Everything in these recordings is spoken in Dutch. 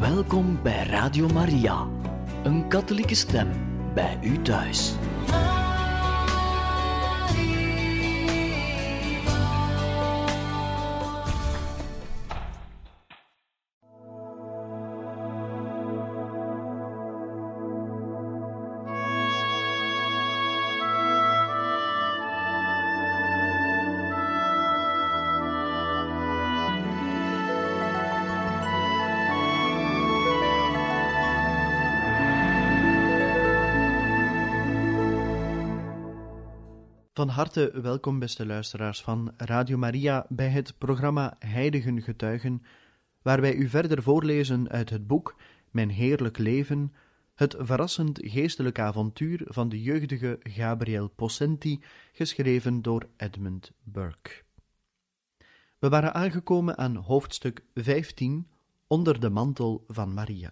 Welkom bij Radio Maria, een katholieke stem bij u thuis. Van harte welkom, beste luisteraars van Radio Maria, bij het programma Heiligen Getuigen, waar wij u verder voorlezen uit het boek Mijn Heerlijk Leven, het verrassend geestelijk avontuur van de jeugdige Gabriel Possenti, geschreven door Edmund Burke. We waren aangekomen aan hoofdstuk 15, onder de mantel van Maria.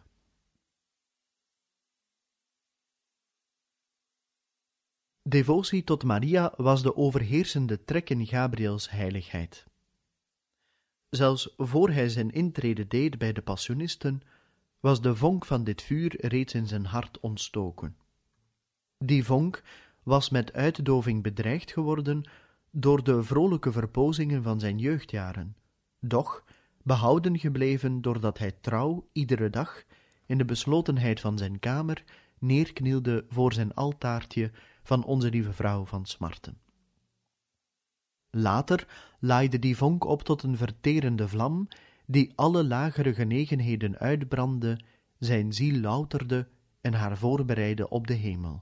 Devotie tot Maria was de overheersende trek in Gabriels heiligheid. Zelfs voor hij zijn intrede deed bij de Passionisten, was de vonk van dit vuur reeds in zijn hart ontstoken. Die vonk was met uitdoving bedreigd geworden door de vrolijke verpozingen van zijn jeugdjaren, doch behouden gebleven doordat hij trouw iedere dag in de beslotenheid van zijn kamer neerknielde voor zijn altaartje van Onze Lieve Vrouw van Smarten. Later laaide die vonk op tot een verterende vlam, die alle lagere genegenheden uitbrandde, zijn ziel louterde en haar voorbereidde op de hemel.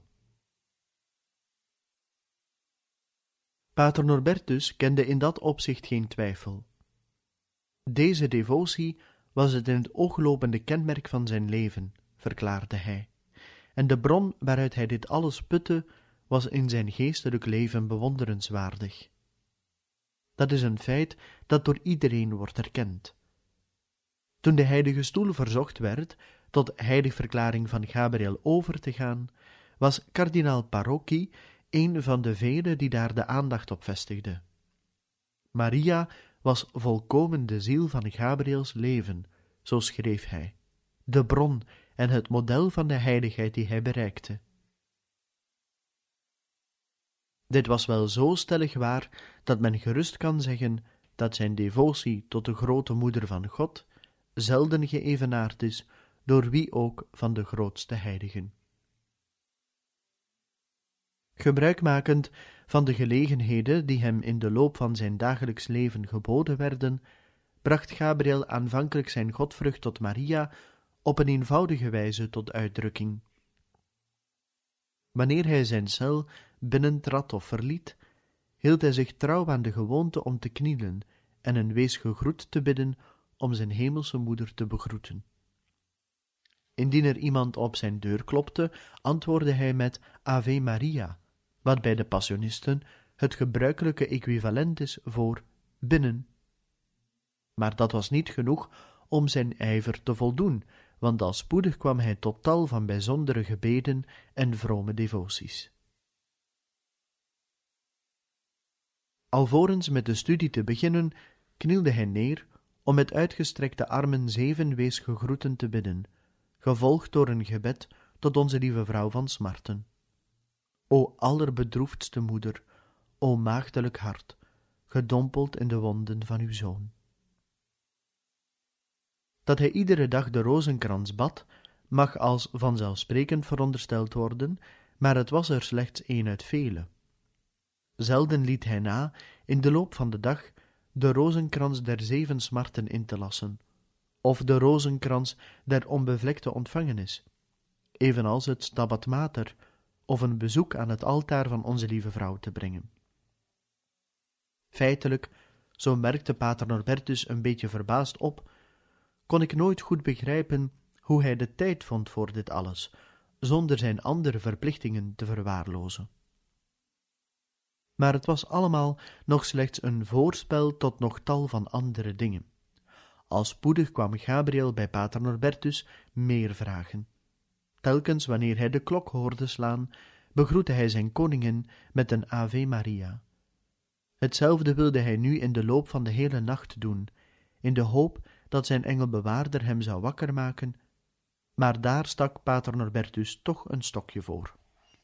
Pater Norbertus kende in dat opzicht geen twijfel. Deze devotie was het in het ooglopende kenmerk van zijn leven, verklaarde hij, en de bron waaruit hij dit alles putte was in zijn geestelijk leven bewonderenswaardig. Dat is een feit dat door iedereen wordt erkend. Toen de heilige stoel verzocht werd tot heiligverklaring van Gabriel over te gaan, was kardinaal Parocchi een van de velen die daar de aandacht op vestigde. Maria was volkomen de ziel van Gabriels leven, zo schreef hij, de bron en het model van de heiligheid die hij bereikte. Dit was wel zo stellig waar, dat men gerust kan zeggen dat zijn devotie tot de grote moeder van God zelden geëvenaard is door wie ook van de grootste heiligen. Gebruikmakend van de gelegenheden die hem in de loop van zijn dagelijks leven geboden werden, bracht Gabriel aanvankelijk zijn godvrucht tot Maria op een eenvoudige wijze tot uitdrukking. Wanneer hij zijn cel binnentrad of verliet, hield hij zich trouw aan de gewoonte om te knielen en een wees gegroet te bidden om zijn hemelse moeder te begroeten. Indien er iemand op zijn deur klopte, antwoordde hij met Ave Maria, wat bij de Passionisten het gebruikelijke equivalent is voor binnen. Maar dat was niet genoeg om zijn ijver te voldoen, want al spoedig kwam hij tot tal van bijzondere gebeden en vrome devoties. Alvorens met de studie te beginnen, knielde hij neer om met uitgestrekte armen 7 weesgegroeten te bidden, gevolgd door een gebed tot Onze Lieve Vrouw van Smarten. O allerbedroefdste moeder, o maagdelijk hart, gedompeld in de wonden van uw Zoon. Dat hij iedere dag de rozenkrans bad, mag als vanzelfsprekend verondersteld worden, maar het was er slechts één uit vele. Zelden liet hij na, in de loop van de dag, de rozenkrans der 7 smarten in te lassen, of de rozenkrans der onbevlekte ontvangenis, evenals het Stabat Mater, of een bezoek aan het altaar van Onze Lieve Vrouw te brengen. Feitelijk, zo merkte pater Norbertus een beetje verbaasd op, kon ik nooit goed begrijpen hoe hij de tijd vond voor dit alles, zonder zijn andere verplichtingen te verwaarlozen. Maar het was allemaal nog slechts een voorspel tot nog tal van andere dingen. Al spoedig kwam Gabriel bij pater Norbertus meer vragen. Telkens wanneer hij de klok hoorde slaan, begroette hij zijn koningin met een Ave Maria. Hetzelfde wilde hij nu in de loop van de hele nacht doen, in de hoop dat zijn engelbewaarder hem zou wakker maken maar daar stak pater Norbertus toch een stokje voor.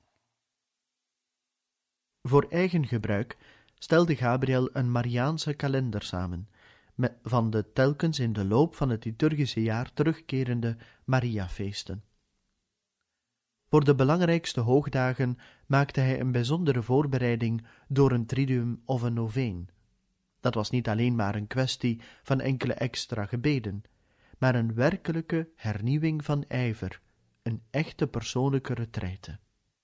Voor eigen gebruik stelde Gabriel een Mariaanse kalender samen, van de telkens in de loop van het liturgische jaar terugkerende Mariafeesten. Voor de belangrijkste hoogdagen maakte hij een bijzondere voorbereiding door een triduum of een noveen. Dat was niet alleen maar een kwestie van enkele extra gebeden, maar een werkelijke hernieuwing van ijver, een echte persoonlijke retraite.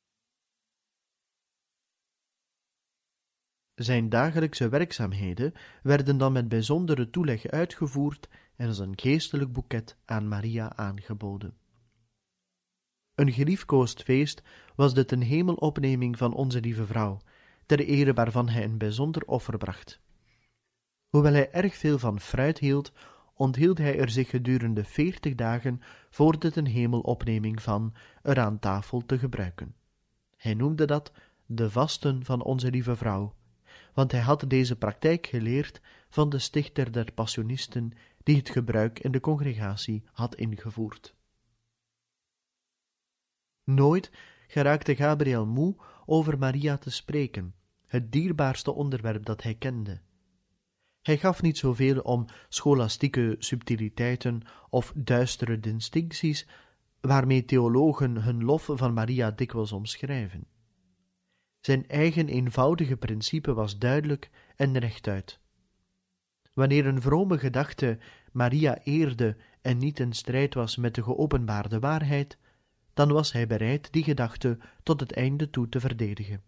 Zijn dagelijkse werkzaamheden werden dan met bijzondere toeleg uitgevoerd en als een geestelijk boeket aan Maria aangeboden. Een geliefkoosd feest was de ten hemelopneming van onze lieve vrouw, ter ere waarvan hij een bijzonder offer bracht. Hoewel hij erg veel van fruit hield, onthield hij er zich gedurende 40 dagen voor de ten hemelopneming van er aan tafel te gebruiken. Hij noemde dat de vasten van onze lieve vrouw, want hij had deze praktijk geleerd van de stichter der Passionisten, die het gebruik in de congregatie had ingevoerd. Nooit geraakte Gabriel moe over Maria te spreken, het dierbaarste onderwerp dat hij kende. Hij gaf niet zoveel om scholastieke subtiliteiten of duistere distincties, waarmee theologen hun lof van Maria dikwijls omschrijven. Zijn eigen eenvoudige principe was duidelijk en rechtuit. Wanneer een vrome gedachte Maria eerde en niet in strijd was met de geopenbaarde waarheid, dan was hij bereid die gedachte tot het einde toe te verdedigen.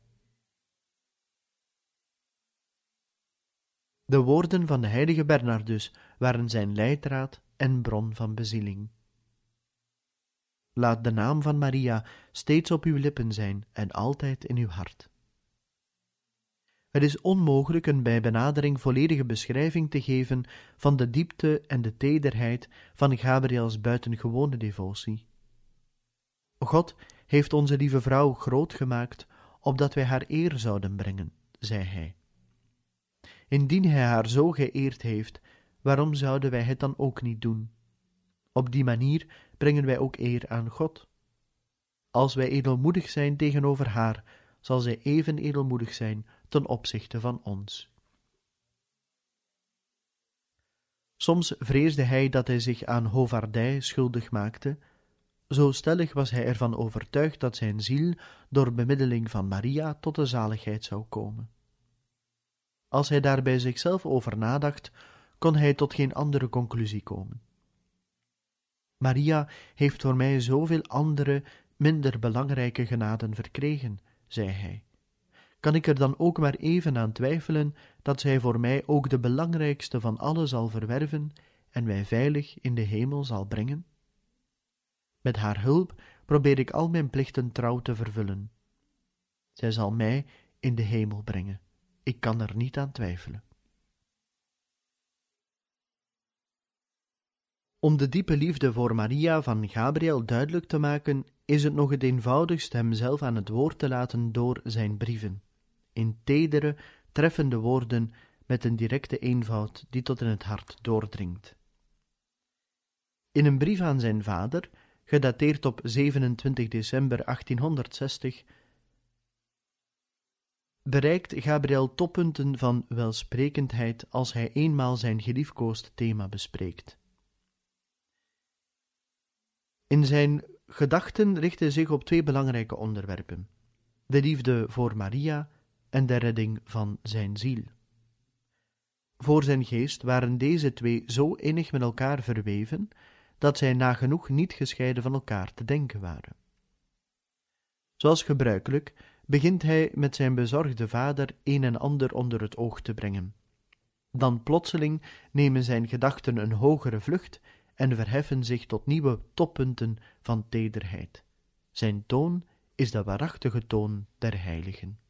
De woorden van de heilige Bernardus waren zijn leidraad en bron van bezieling. Laat de naam van Maria steeds op uw lippen zijn en altijd in uw hart. Het is onmogelijk een bij benadering volledige beschrijving te geven van de diepte en de tederheid van Gabriels buitengewone devotie. God heeft onze lieve vrouw groot gemaakt, opdat wij haar eer zouden brengen, zei hij. Indien hij haar zo geëerd heeft, waarom zouden wij het dan ook niet doen? Op die manier brengen wij ook eer aan God. Als wij edelmoedig zijn tegenover haar, zal zij even edelmoedig zijn ten opzichte van ons. Soms vreesde hij dat hij zich aan hovaardij schuldig maakte. Zo stellig was hij ervan overtuigd dat zijn ziel door bemiddeling van Maria tot de zaligheid zou komen. Als hij daar bij zichzelf over nadacht, kon hij tot geen andere conclusie komen. Maria heeft voor mij zoveel andere, minder belangrijke genaden verkregen, zei hij. Kan ik er dan ook maar even aan twijfelen dat zij voor mij ook de belangrijkste van alle zal verwerven en mij veilig in de hemel zal brengen? Met haar hulp probeer ik al mijn plichten trouw te vervullen. Zij zal mij in de hemel brengen. Ik kan er niet aan twijfelen. Om de diepe liefde voor Maria van Gabriel duidelijk te maken, is het nog het eenvoudigst hem zelf aan het woord te laten door zijn brieven, in tedere, treffende woorden met een directe eenvoud die tot in het hart doordringt. In een brief aan zijn vader, gedateerd op 27 december 1860, bereikt Gabriel toppunten van welsprekendheid als hij eenmaal zijn geliefkoosd thema bespreekt. In zijn gedachten richt hij zich op 2 belangrijke onderwerpen: de liefde voor Maria en de redding van zijn ziel. Voor zijn geest waren deze 2 zo innig met elkaar verweven, dat zij nagenoeg niet gescheiden van elkaar te denken waren. Zoals gebruikelijk begint hij met zijn bezorgde vader een en ander onder het oog te brengen. Dan plotseling nemen zijn gedachten een hogere vlucht en verheffen zich tot nieuwe toppunten van tederheid. Zijn toon is de waarachtige toon der heiligen.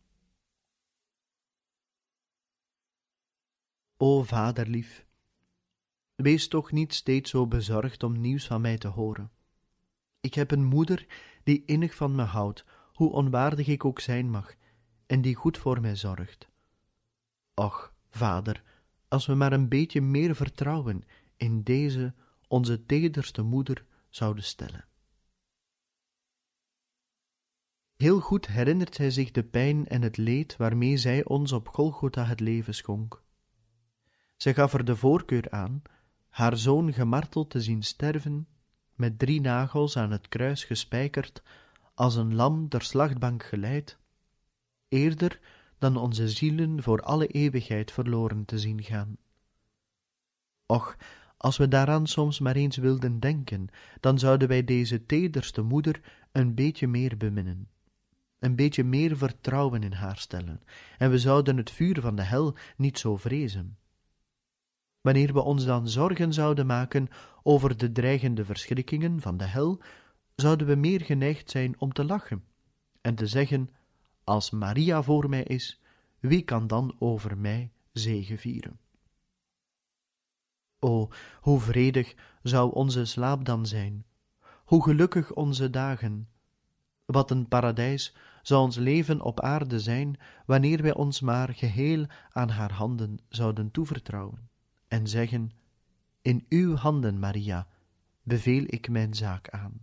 O vaderlief, wees toch niet steeds zo bezorgd om nieuws van mij te horen. Ik heb een moeder die innig van me houdt, hoe onwaardig ik ook zijn mag, en die goed voor mij zorgt. Och, vader, als we maar een beetje meer vertrouwen in deze, onze tederste moeder, zouden stellen. Heel goed herinnert zij zich de pijn en het leed waarmee zij ons op Golgotha het leven schonk. Zij gaf er de voorkeur aan haar zoon gemarteld te zien sterven, met 3 nagels aan het kruis gespijkerd, als een lam ter slachtbank geleid, eerder dan onze zielen voor alle eeuwigheid verloren te zien gaan. Och, als we daaraan soms maar eens wilden denken, dan zouden wij deze tederste moeder een beetje meer beminnen, een beetje meer vertrouwen in haar stellen, en we zouden het vuur van de hel niet zo vrezen. Wanneer we ons dan zorgen zouden maken over de dreigende verschrikkingen van de hel, zouden we meer geneigd zijn om te lachen en te zeggen: als Maria voor mij is, wie kan dan over mij zegevieren? O, hoe vredig zou onze slaap dan zijn, hoe gelukkig onze dagen. Wat een paradijs zou ons leven op aarde zijn, wanneer wij ons maar geheel aan haar handen zouden toevertrouwen en zeggen: in uw handen, Maria, beveel ik mijn zaak aan.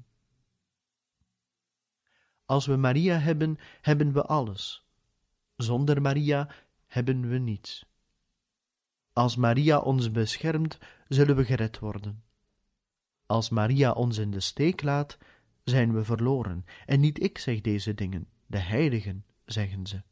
Als we Maria hebben, hebben we alles. Zonder Maria hebben we niets. Als Maria ons beschermt, zullen we gered worden. Als Maria ons in de steek laat, zijn we verloren. En niet ik zeg deze dingen, de heiligen zeggen ze.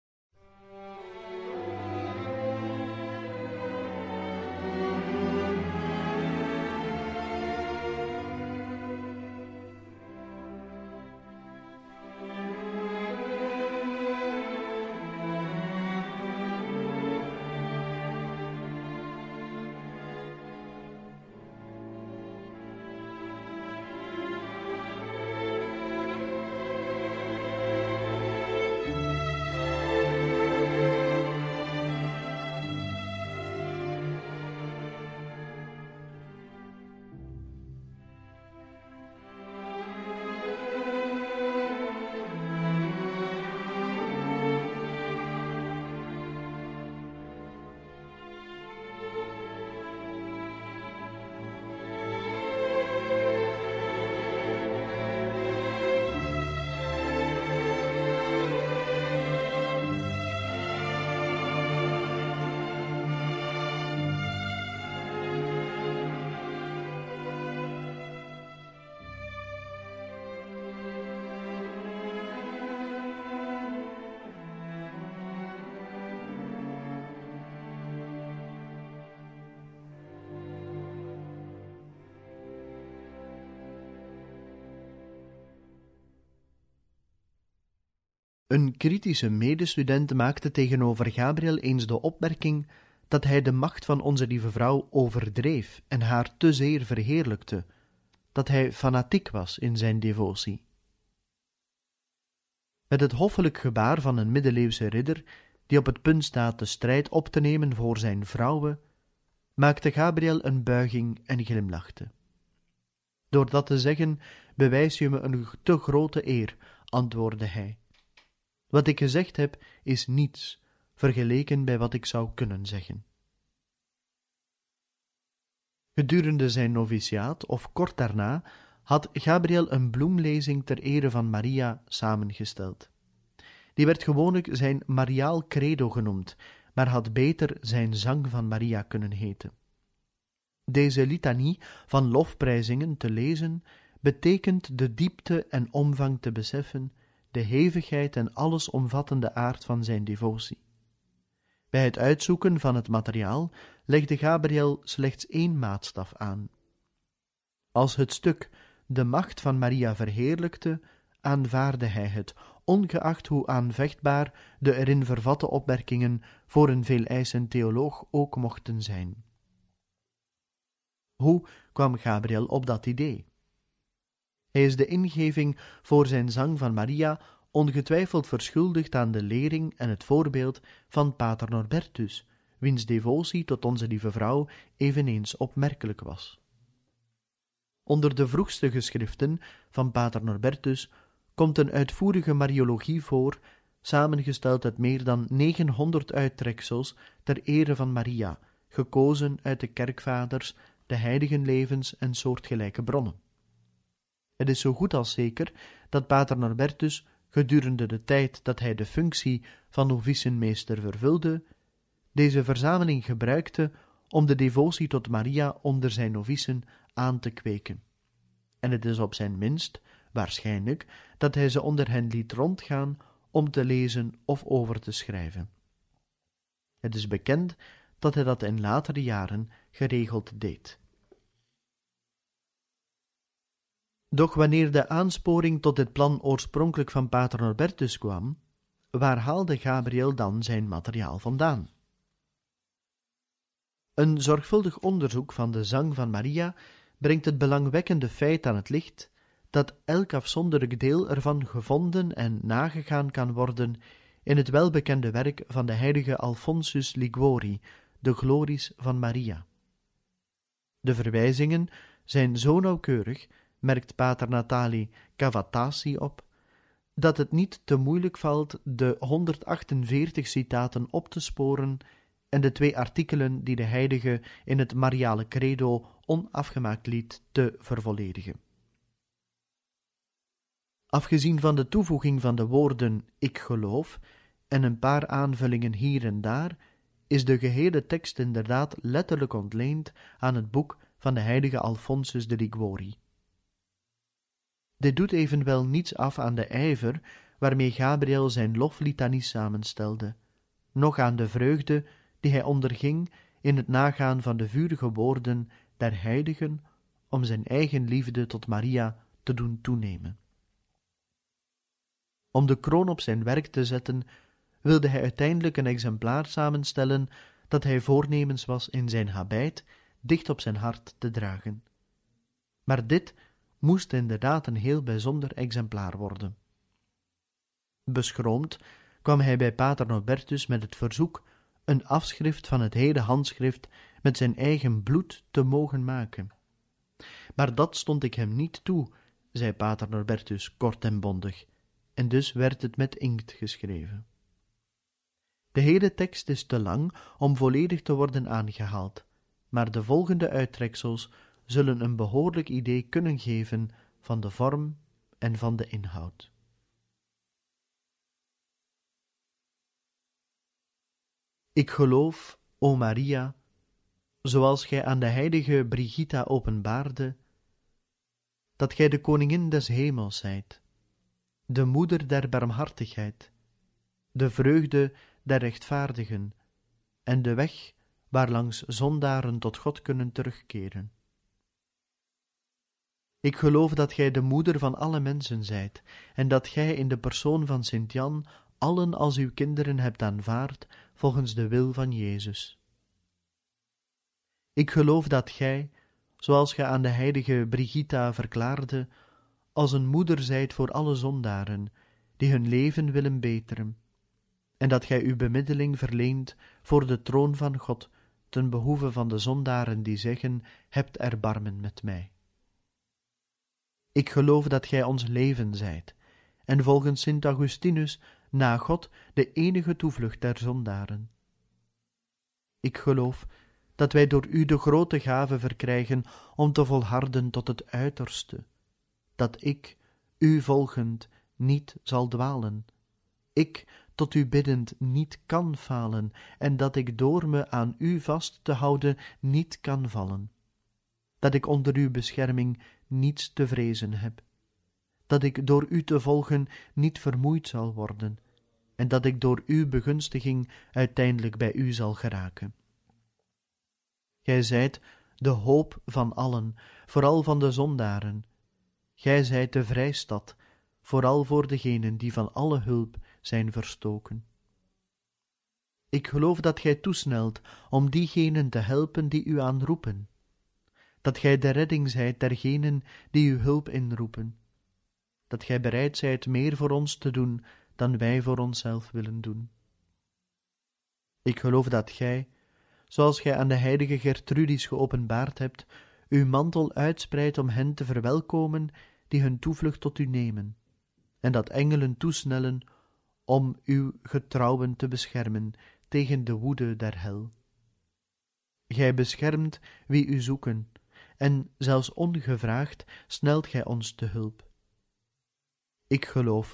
Een kritische medestudent maakte tegenover Gabriel eens de opmerking dat hij de macht van onze lieve vrouw overdreef en haar te zeer verheerlijkte, dat hij fanatiek was in zijn devotie. Met het hoffelijk gebaar van een middeleeuwse ridder die op het punt staat de strijd op te nemen voor zijn vrouwe, maakte Gabriel een buiging en glimlachte. Door dat te zeggen, bewijs je me een te grote eer, antwoordde hij. Wat ik gezegd heb, is niets, vergeleken bij wat ik zou kunnen zeggen. Gedurende zijn noviciaat, of kort daarna, had Gabriel een bloemlezing ter ere van Maria samengesteld. Die werd gewoonlijk zijn Mariaal Credo genoemd, maar had beter zijn Zang van Maria kunnen heten. Deze litanie van lofprijzingen te lezen, betekent de diepte en omvang te beseffen, de hevigheid en allesomvattende aard van zijn devotie. Bij het uitzoeken van het materiaal legde Gabriel slechts 1 maatstaf aan. Als het stuk de macht van Maria verheerlijkte, aanvaarde hij het, ongeacht hoe aanvechtbaar de erin vervatte opmerkingen voor een veeleisend theoloog ook mochten zijn. Hoe kwam Gabriel op dat idee? Hij is de ingeving voor zijn Zang van Maria ongetwijfeld verschuldigd aan de lering en het voorbeeld van pater Norbertus, wiens devotie tot onze lieve vrouw eveneens opmerkelijk was. Onder de vroegste geschriften van pater Norbertus komt een uitvoerige mariologie voor, samengesteld uit meer dan 900 uittreksels ter ere van Maria, gekozen uit de kerkvaders, de heiligenlevens en soortgelijke bronnen. Het is zo goed als zeker dat pater Norbertus gedurende de tijd dat hij de functie van novicenmeester vervulde, deze verzameling gebruikte om de devotie tot Maria onder zijn novicen aan te kweken. En het is op zijn minst waarschijnlijk dat hij ze onder hen liet rondgaan om te lezen of over te schrijven. Het is bekend dat hij dat in latere jaren geregeld deed. Doch wanneer de aansporing tot dit plan oorspronkelijk van pater Norbertus kwam, waar haalde Gabriel dan zijn materiaal vandaan? Een zorgvuldig onderzoek van de zang van Maria brengt het belangwekkende feit aan het licht dat elk afzonderlijk deel ervan gevonden en nagegaan kan worden in het welbekende werk van de heilige Alphonsus Liguori, de Glories van Maria. De verwijzingen zijn zo nauwkeurig, merkt pater Natali Cavatasi op, dat het niet te moeilijk valt de 148 citaten op te sporen en de 2 artikelen die de heilige in het Mariale Credo onafgemaakt liet te vervolledigen. Afgezien van de toevoeging van de woorden ik geloof en een paar aanvullingen hier en daar, is de gehele tekst inderdaad letterlijk ontleend aan het boek van de heilige Alphonsus de Liguori. Dit doet evenwel niets af aan de ijver waarmee Gabriel zijn loflitanie samenstelde, noch aan de vreugde die hij onderging in het nagaan van de vurige woorden der heiligen om zijn eigen liefde tot Maria te doen toenemen. Om de kroon op zijn werk te zetten, wilde hij uiteindelijk een exemplaar samenstellen dat hij voornemens was in zijn habit dicht op zijn hart te dragen. Maar dit moest inderdaad een heel bijzonder exemplaar worden. Beschroomd kwam hij bij pater Norbertus met het verzoek een afschrift van het hele handschrift met zijn eigen bloed te mogen maken. Maar dat stond ik hem niet toe, zei pater Norbertus kort en bondig, en dus werd het met inkt geschreven. De hele tekst is te lang om volledig te worden aangehaald, maar de volgende uittreksels zullen een behoorlijk idee kunnen geven van de vorm en van de inhoud. Ik geloof, o Maria, zoals gij aan de heilige Brigitta openbaarde, dat gij de koningin des hemels zijt, de moeder der barmhartigheid, de vreugde der rechtvaardigen en de weg waarlangs zondaren tot God kunnen terugkeren. Ik geloof dat gij de moeder van alle mensen zijt en dat gij in de persoon van Sint Jan allen als uw kinderen hebt aanvaard volgens de wil van Jezus. Ik geloof dat gij, zoals gij aan de heilige Brigitta verklaarde, als een moeder zijt voor alle zondaren, die hun leven willen beteren, en dat gij uw bemiddeling verleent voor de troon van God, ten behoeve van de zondaren die zeggen, hebt erbarmen met mij. Ik geloof dat gij ons leven zijt, en volgens Sint Augustinus na God de enige toevlucht der zondaren. Ik geloof dat wij door u de grote gave verkrijgen om te volharden tot het uiterste, dat ik, u volgend, niet zal dwalen, ik, tot u biddend, niet kan falen, en dat ik door me aan u vast te houden niet kan vallen, dat ik onder uw bescherming niets te vrezen heb, dat ik door u te volgen niet vermoeid zal worden, en dat ik door uw begunstiging uiteindelijk bij u zal geraken. Gij zijt de hoop van allen, vooral van de zondaren. Gij zijt de vrijstad, vooral voor degenen die van alle hulp zijn verstoken. Ik geloof dat gij toesnelt om diegenen te helpen die u aanroepen, dat gij de redding zijt dergenen die uw hulp inroepen, dat gij bereid zijt meer voor ons te doen dan wij voor onszelf willen doen. Ik geloof dat gij, zoals gij aan de heilige Gertrudis geopenbaard hebt, uw mantel uitspreidt om hen te verwelkomen die hun toevlucht tot u nemen, en dat engelen toesnellen om uw getrouwen te beschermen tegen de woede der hel. Gij beschermt wie u zoeken, en zelfs ongevraagd snelt gij ons te hulp. Ik geloof,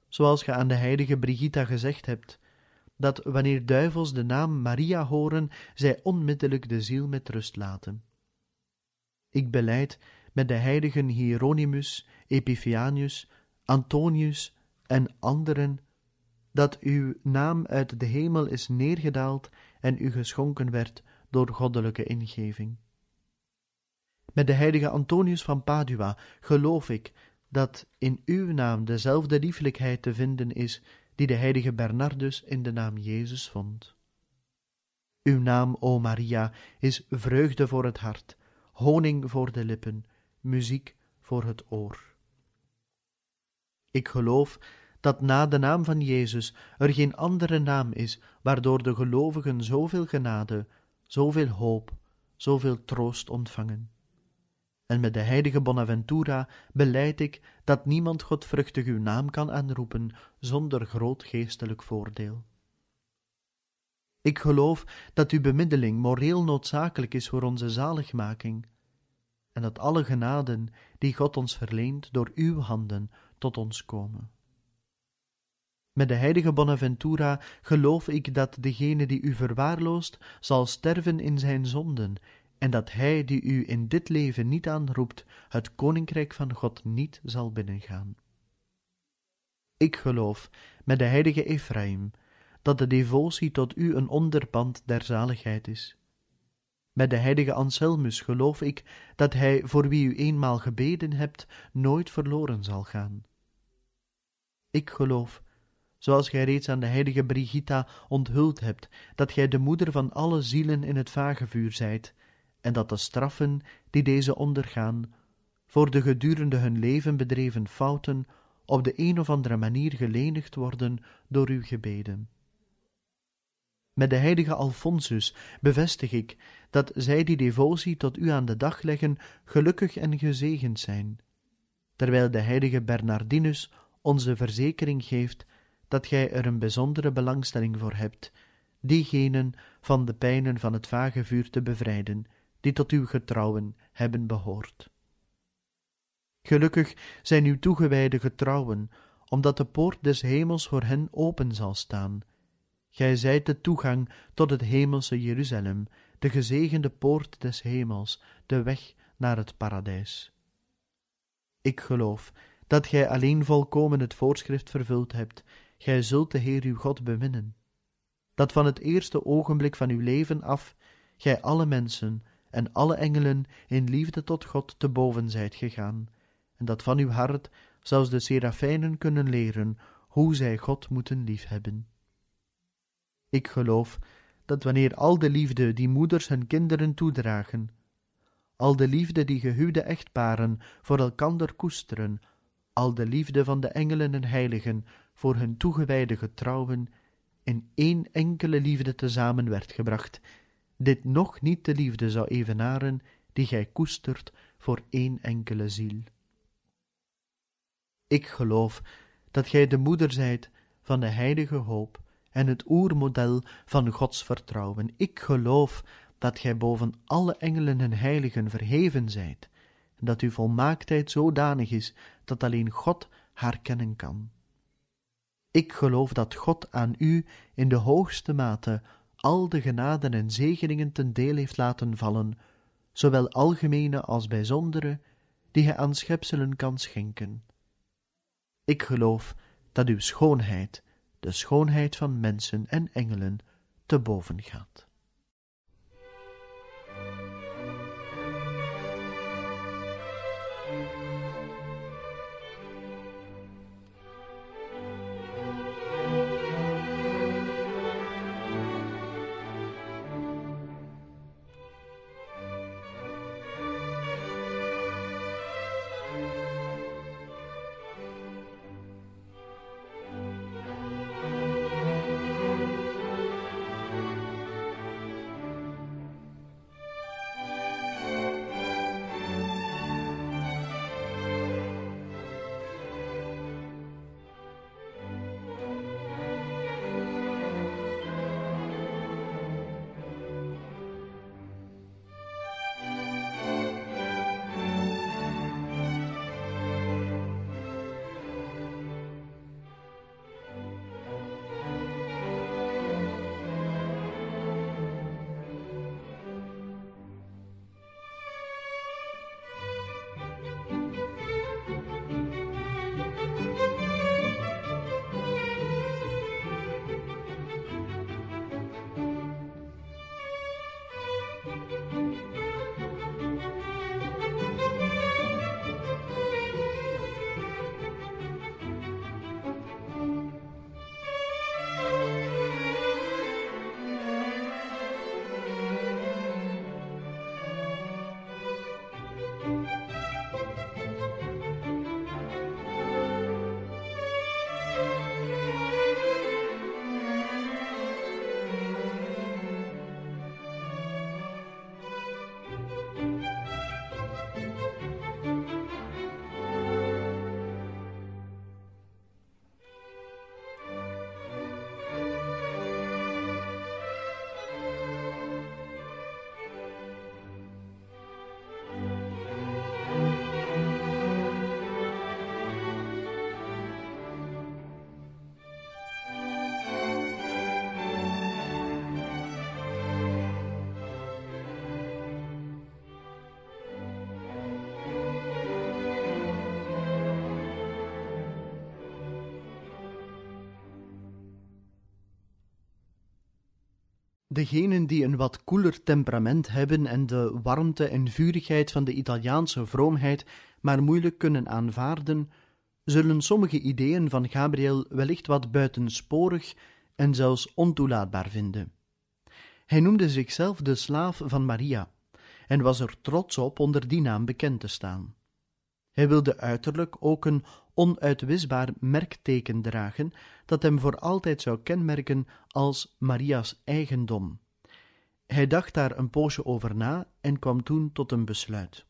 zoals ge aan de heilige Brigitta gezegd hebt, dat wanneer duivels de naam Maria horen, zij onmiddellijk de ziel met rust laten. Ik belijd met de heiligen Hieronymus, Epiphanius, Antonius en anderen, dat uw naam uit de hemel is neergedaald en u geschonken werd door goddelijke ingeving. Met de heilige Antonius van Padua geloof ik dat in uw naam dezelfde liefelijkheid te vinden is die de heilige Bernardus in de naam Jezus vond. Uw naam, o Maria, is vreugde voor het hart, honing voor de lippen, muziek voor het oor. Ik geloof dat na de naam van Jezus er geen andere naam is waardoor de gelovigen zoveel genade, zoveel hoop, zoveel troost ontvangen. En met de heilige Bonaventura belijd ik dat niemand godvruchtig uw naam kan aanroepen zonder groot geestelijk voordeel. Ik geloof dat uw bemiddeling moreel noodzakelijk is voor onze zaligmaking, en dat alle genaden die God ons verleent door uw handen tot ons komen. Met de heilige Bonaventura geloof ik dat degene die u verwaarloost zal sterven in zijn zonden, en dat hij die u in dit leven niet aanroept, het koninkrijk van God niet zal binnengaan. Ik geloof met de heilige Ephraim dat de devotie tot u een onderpand der zaligheid is. Met de heilige Anselmus geloof ik dat hij, voor wie u eenmaal gebeden hebt, nooit verloren zal gaan. Ik geloof, zoals gij reeds aan de heilige Brigitta onthuld hebt, dat gij de moeder van alle zielen in het vagevuur zijt, en dat de straffen die deze ondergaan, voor de gedurende hun leven bedreven fouten, op de een of andere manier gelenigd worden door uw gebeden. Met de heilige Alfonsus bevestig ik dat zij die devotie tot u aan de dag leggen gelukkig en gezegend zijn, terwijl de heilige Bernardinus onze verzekering geeft dat gij er een bijzondere belangstelling voor hebt, diegenen van de pijnen van het vagevuur te bevrijden, die tot uw getrouwen hebben behoord. Gelukkig zijn uw toegewijde getrouwen, omdat de poort des hemels voor hen open zal staan. Gij zijt de toegang tot het hemelse Jeruzalem, de gezegende poort des hemels, de weg naar het paradijs. Ik geloof dat gij alleen volkomen het voorschrift vervuld hebt, gij zult de Heer uw God beminnen. Dat van het eerste ogenblik van uw leven af, gij alle mensen en alle engelen in liefde tot God te boven zijt gegaan, en dat van uw hart zelfs de serafijnen kunnen leren hoe zij God moeten liefhebben. Ik geloof dat wanneer al de liefde die moeders hun kinderen toedragen, al de liefde die gehuwde echtparen voor elkander koesteren, al de liefde van de engelen en heiligen voor hun toegewijde getrouwen, in één enkele liefde tezamen werd gebracht, dit nog niet de liefde zou evenaren die gij koestert voor één enkele ziel. Ik geloof dat gij de moeder zijt van de heilige hoop en het oermodel van Gods vertrouwen. Ik geloof dat gij boven alle engelen en heiligen verheven zijt, en dat uw volmaaktheid zodanig is dat alleen God haar kennen kan. Ik geloof dat God aan u in de hoogste mate al de genaden en zegeningen ten deel heeft laten vallen, zowel algemene als bijzondere, die hij aan schepselen kan schenken. Ik geloof dat uw schoonheid, de schoonheid van mensen en engelen, te boven gaat. Degenen die een wat koeler temperament hebben en de warmte en vurigheid van de Italiaanse vroomheid maar moeilijk kunnen aanvaarden, zullen sommige ideeën van Gabriel wellicht wat buitensporig en zelfs ontoelaatbaar vinden. Hij noemde zichzelf de slaaf van Maria en was er trots op onder die naam bekend te staan. Hij wilde uiterlijk ook een onuitwisbaar merkteken dragen dat hem voor altijd zou kenmerken als Maria's eigendom. Hij dacht daar een poosje over na en kwam toen tot een besluit.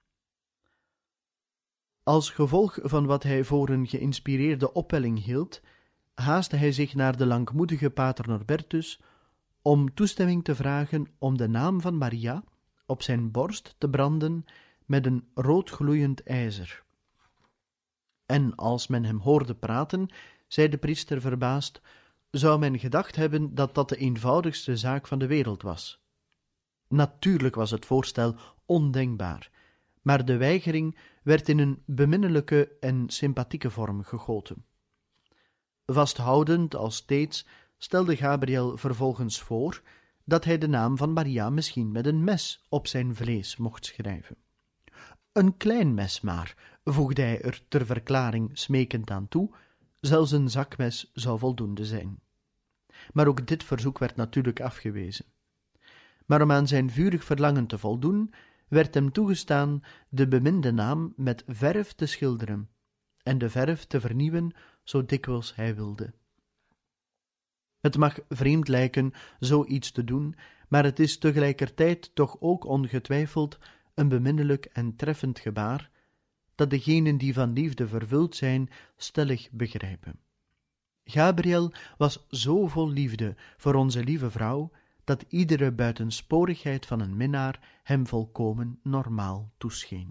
Als gevolg van wat hij voor een geïnspireerde opwelling hield, haastte hij zich naar de langmoedige pater Norbertus om toestemming te vragen om de naam van Maria op zijn borst te branden met een roodgloeiend ijzer. En als men hem hoorde praten, zei de priester verbaasd, zou men gedacht hebben dat dat de eenvoudigste zaak van de wereld was. Natuurlijk was het voorstel ondenkbaar, maar de weigering werd in een beminnelijke en sympathieke vorm gegoten. Vasthoudend als steeds stelde Gabriel vervolgens voor dat hij de naam van Maria misschien met een mes op zijn vlees mocht schrijven. Een klein mes maar, voegde hij er ter verklaring smekend aan toe, zelfs een zakmes zou voldoende zijn. Maar ook dit verzoek werd natuurlijk afgewezen. Maar om aan zijn vurig verlangen te voldoen, werd hem toegestaan de beminde naam met verf te schilderen en de verf te vernieuwen zo dikwijls hij wilde. Het mag vreemd lijken zoiets te doen, maar het is tegelijkertijd toch ook ongetwijfeld een beminnelijk en treffend gebaar, dat degenen die van liefde vervuld zijn stellig begrijpen. Gabriel was zo vol liefde voor onze lieve vrouw, dat iedere buitensporigheid van een minnaar hem volkomen normaal toescheen.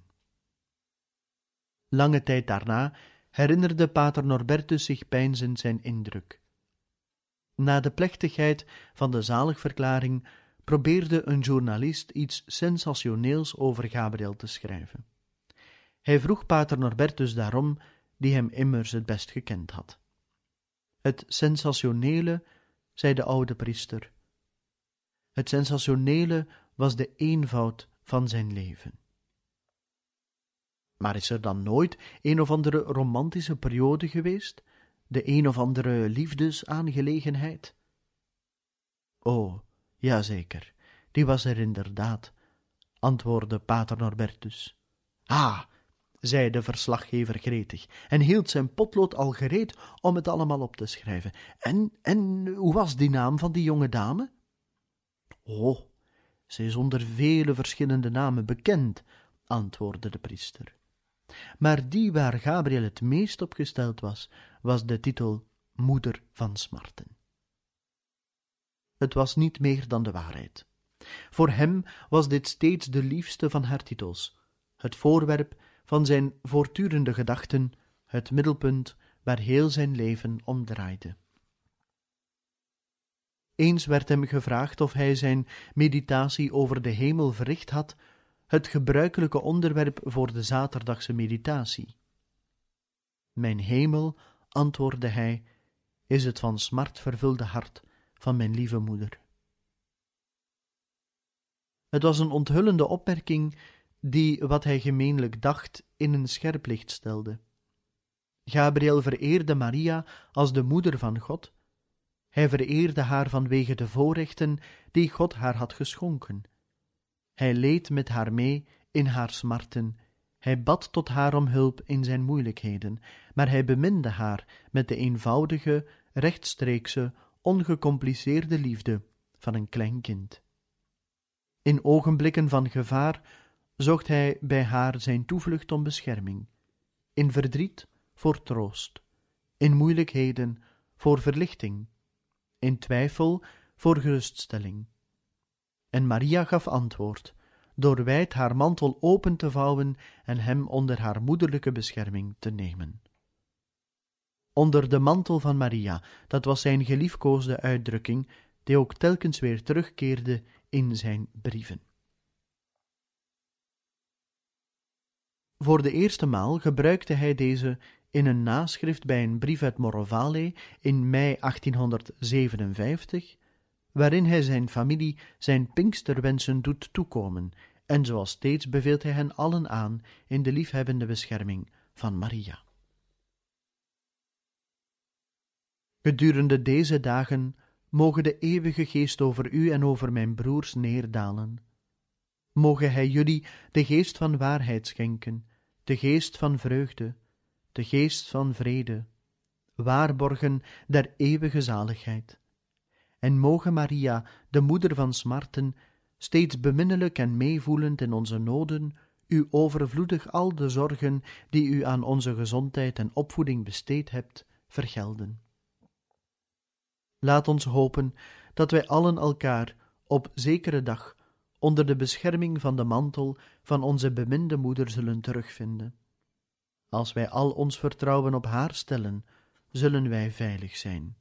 Lange tijd daarna herinnerde pater Norbertus zich peinzend zijn indruk. Na de plechtigheid van de zaligverklaring probeerde een journalist iets sensationeels over Gabriel te schrijven. Hij vroeg pater Norbertus daarom, die hem immers het best gekend had. Het sensationele, zei de oude priester, het sensationele was de eenvoud van zijn leven. Maar is er dan nooit een of andere romantische periode geweest, de een of andere liefdesaangelegenheid? O, jazeker, die was er inderdaad, antwoordde pater Norbertus. Ah, zei de verslaggever gretig, en hield zijn potlood al gereed om het allemaal op te schrijven. En hoe was die naam van die jonge dame? Oh, zij is onder vele verschillende namen bekend, antwoordde de priester. Maar die waar Gabriel het meest op gesteld was de titel Moeder van Smarten. Het was niet meer dan de waarheid. Voor hem was dit steeds de liefste van haar titels, het voorwerp van zijn voortdurende gedachten, het middelpunt waar heel zijn leven om draaide. Eens werd hem gevraagd of hij zijn meditatie over de hemel verricht had, het gebruikelijke onderwerp voor de zaterdagse meditatie. Mijn hemel, antwoordde hij, is het van smart vervulde hart van mijn lieve moeder. Het was een onthullende opmerking die wat hij gemeenlijk dacht in een scherp licht stelde. Gabriel vereerde Maria als de moeder van God. Hij vereerde haar vanwege de voorrechten die God haar had geschonken. Hij leed met haar mee in haar smarten. Hij bad tot haar om hulp in zijn moeilijkheden, maar hij beminde haar met de eenvoudige, rechtstreekse, ongecompliceerde liefde van een klein kind. In ogenblikken van gevaar zocht hij bij haar zijn toevlucht om bescherming, in verdriet voor troost, in moeilijkheden voor verlichting, in twijfel voor geruststelling. En Maria gaf antwoord, door wijd haar mantel open te vouwen en hem onder haar moederlijke bescherming te nemen. Onder de mantel van Maria, dat was zijn geliefkoosde uitdrukking, die ook telkens weer terugkeerde in zijn brieven. Voor de eerste maal gebruikte hij deze in een naschrift bij een brief uit Morovale in mei 1857, waarin hij zijn familie zijn Pinksterwensen doet toekomen, en zoals steeds beveelt hij hen allen aan in de liefhebbende bescherming van Maria. Gedurende deze dagen moge de eeuwige Geest over u en over mijn broers neerdalen. Moge hij jullie de geest van waarheid schenken, de geest van vreugde, de geest van vrede, waarborgen der eeuwige zaligheid. En moge Maria, de moeder van smarten, steeds beminnelijk en meevoelend in onze noden, u overvloedig al de zorgen die u aan onze gezondheid en opvoeding besteed hebt, vergelden. Laat ons hopen dat wij allen elkaar op zekere dag onder de bescherming van de mantel van onze beminde moeder zullen terugvinden. Als wij al ons vertrouwen op haar stellen, zullen wij veilig zijn.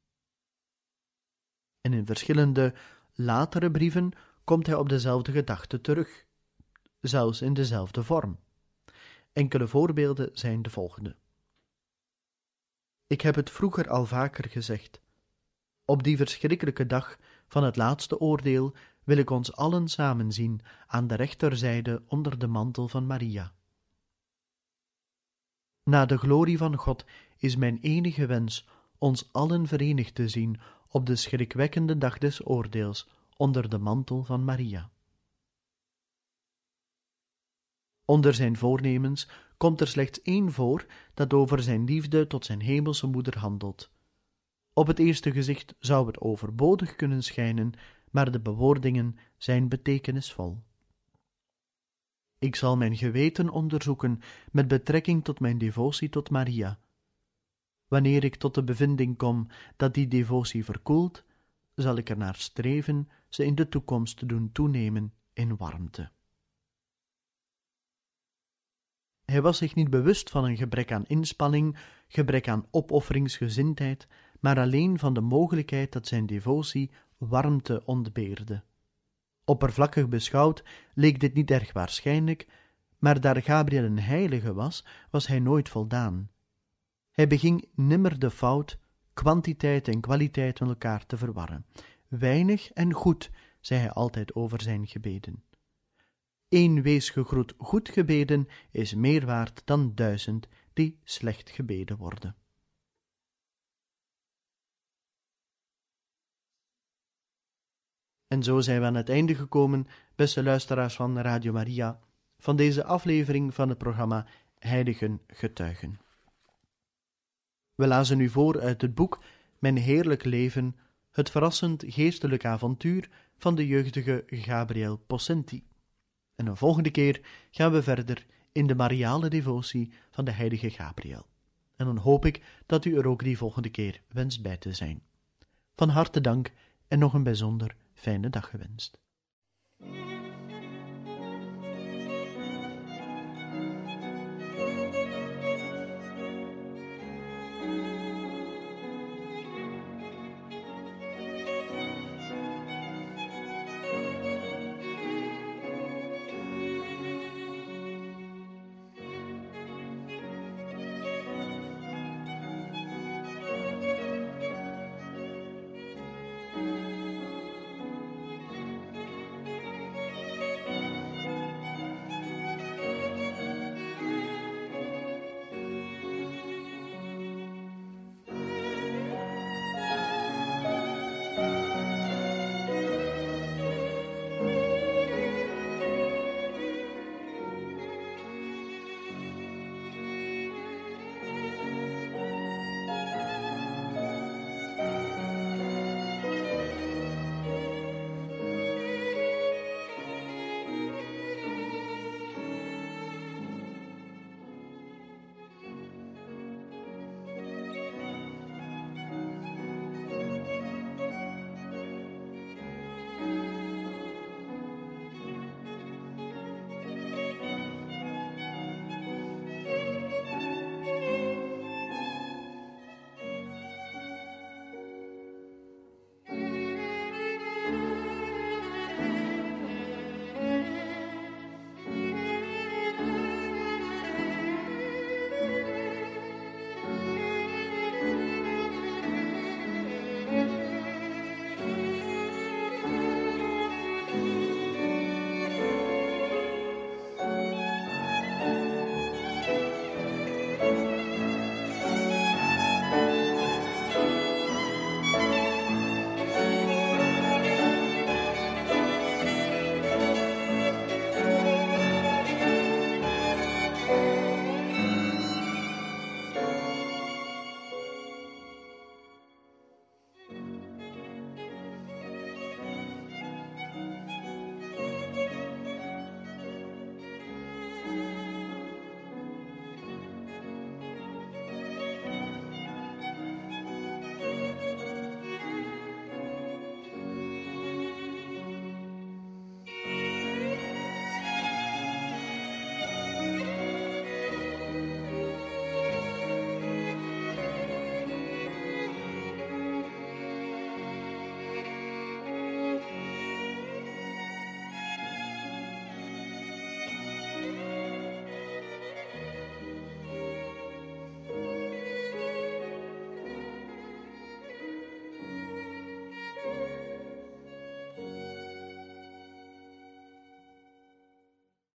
En in verschillende latere brieven komt hij op dezelfde gedachte terug, zelfs in dezelfde vorm. Enkele voorbeelden zijn de volgende. Ik heb het vroeger al vaker gezegd. Op die verschrikkelijke dag van het laatste oordeel wil ik ons allen samen zien aan de rechterzijde onder de mantel van Maria. Na de glorie van God is mijn enige wens ons allen verenigd te zien op de schrikwekkende dag des oordeels onder de mantel van Maria. Onder zijn voornemens komt er slechts één voor dat over zijn liefde tot zijn hemelse moeder handelt. Op het eerste gezicht zou het overbodig kunnen schijnen, maar de bewoordingen zijn betekenisvol. Ik zal mijn geweten onderzoeken met betrekking tot mijn devotie tot Maria. Wanneer ik tot de bevinding kom dat die devotie verkoelt, zal ik ernaar streven ze in de toekomst te doen toenemen in warmte. Hij was zich niet bewust van een gebrek aan inspanning, gebrek aan opofferingsgezindheid, maar alleen van de mogelijkheid dat zijn devotie warmte ontbeerde. Oppervlakkig beschouwd leek dit niet erg waarschijnlijk, maar daar Gabriel een heilige was, was hij nooit voldaan. Hij beging nimmer de fout kwantiteit en kwaliteit met elkaar te verwarren. Weinig en goed, zei hij altijd over zijn gebeden. 1 wees gegroet goed gebeden is meer waard dan 1000 die slecht gebeden worden. En zo zijn we aan het einde gekomen, beste luisteraars van Radio Maria, van deze aflevering van het programma Heiligen Getuigen. We lazen u voor uit het boek Mijn Heerlijk Leven, het verrassend geestelijk avontuur van de jeugdige Gabriel Possenti. En een volgende keer gaan we verder in de Mariale devotie van de heilige Gabriel. En dan hoop ik dat u er ook die volgende keer wenst bij te zijn. Van harte dank en nog een bijzonder fijne dag gewenst.